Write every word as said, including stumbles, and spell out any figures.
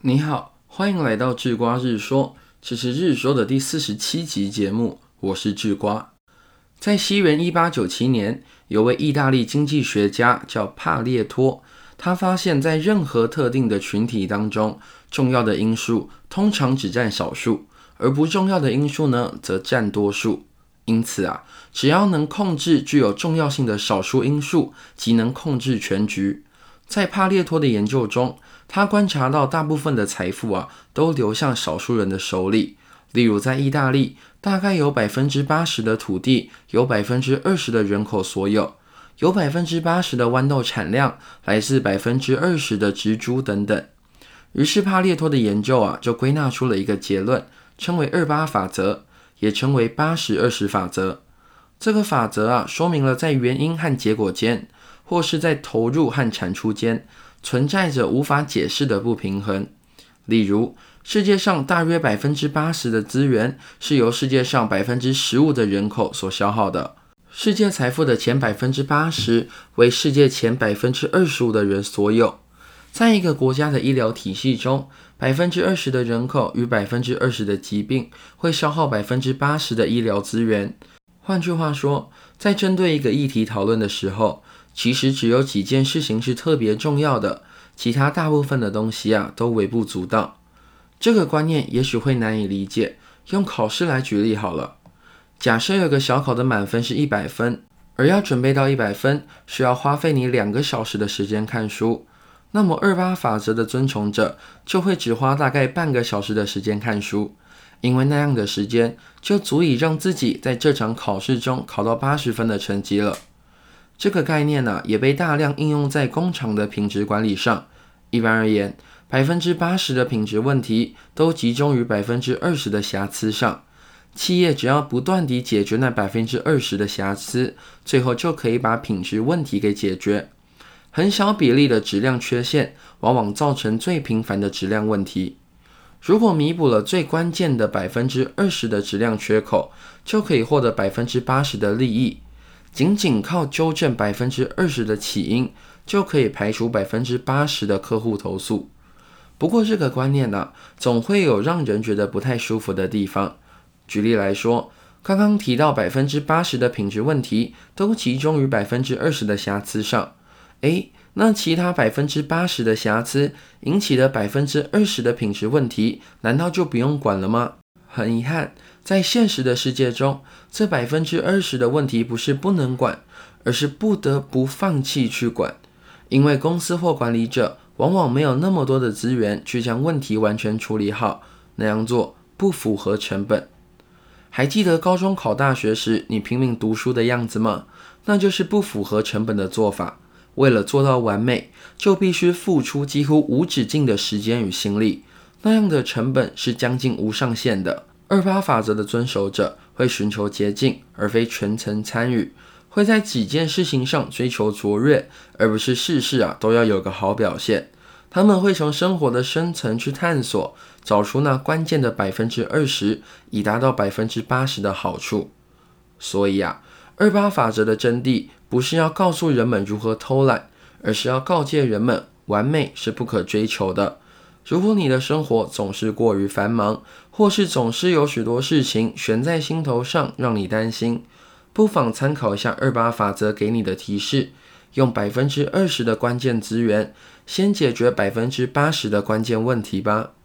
你好，欢迎来到智瓜日说，这是日说的第四十七集节目，我是智瓜。在西元一八九七年，有位意大利经济学家叫帕列托，他发现在任何特定的群体当中，重要的因素通常只占少数，而不重要的因素呢，则占多数。因此啊，只要能控制具有重要性的少数因素，即能控制全局。在帕列托的研究中，他观察到大部分的财富啊，都流向少数人的手里。例如在意大利，大概有 百分之八十 的土地由 百分之二十 的人口所有，有 百分之八十 的豌豆产量来自 百分之二十 的植株等等。于是帕列托的研究啊，就归纳出了一个结论，称为二八法则，也称为八十二十法则。这个法则啊，说明了在原因和结果间，或是在投入和产出间，存在着无法解释的不平衡。例如，世界上大约 百分之八十 的资源是由世界上 百分之十五 的人口所消耗的。世界财富的前 百分之八十 为世界前 百分之二十五 的人所有。在一个国家的医疗体系中， 百分之二十 的人口与 百分之二十 的疾病会消耗 百分之八十 的医疗资源。换句话说，在针对一个议题讨论的时候，其实只有几件事情是特别重要的，其他大部分的东西啊都微不足道。这个观念也许会难以理解，用考试来举例好了。假设有个小考的满分是一百分，而要准备到一百分，需要花费你两个小时的时间看书。那么二八法则的遵从者就会只花大概半个小时的时间看书，因为那样的时间就足以让自己在这场考试中考到八十分的成绩了。这个概念呢、啊，也被大量应用在工厂的品质管理上。一般而言， 百分之八十 的品质问题都集中于 百分之二十 的瑕疵上。企业只要不断地解决那 百分之二十 的瑕疵，最后就可以把品质问题给解决。很小比例的质量缺陷往往造成最频繁的质量问题。如果弥补了最关键的 百分之二十 的质量缺口，就可以获得 百分之八十 的利益。仅仅靠纠正 百分之二十 的起因，就可以排除 百分之八十 的客户投诉。不过这个观念呢、啊，总会有让人觉得不太舒服的地方。举例来说，刚刚提到 百分之八十 的品质问题都集中于 百分之二十 的瑕疵上，诶，那其他 百分之八十 的瑕疵引起的 百分之二十 的品质问题，难道就不用管了吗？很遗憾，在现实的世界中，这 百分之二十 的问题不是不能管，而是不得不放弃去管。因为公司或管理者往往没有那么多的资源去将问题完全处理好，那样做不符合成本。还记得高中考大学时你拼命读书的样子吗？那就是不符合成本的做法。为了做到完美，就必须付出几乎无止境的时间与心力，那样的成本是将近无上限的。二八法则的遵守者会寻求捷径，而非全程参与，会在几件事情上追求卓越，而不是事事啊都要有个好表现。他们会从生活的深层去探索，找出那关键的 百分之二十， 以达到 百分之八十 的好处。所以啊，二八法则的真谛不是要告诉人们如何偷懒，而是要告诫人们，完美是不可追求的。如果你的生活总是过于繁忙，或是总是有许多事情悬在心头上让你担心，不妨参考一下二八法则给你的提示，用 百分之二十 的关键资源，先解决 百分之八十 的关键问题吧。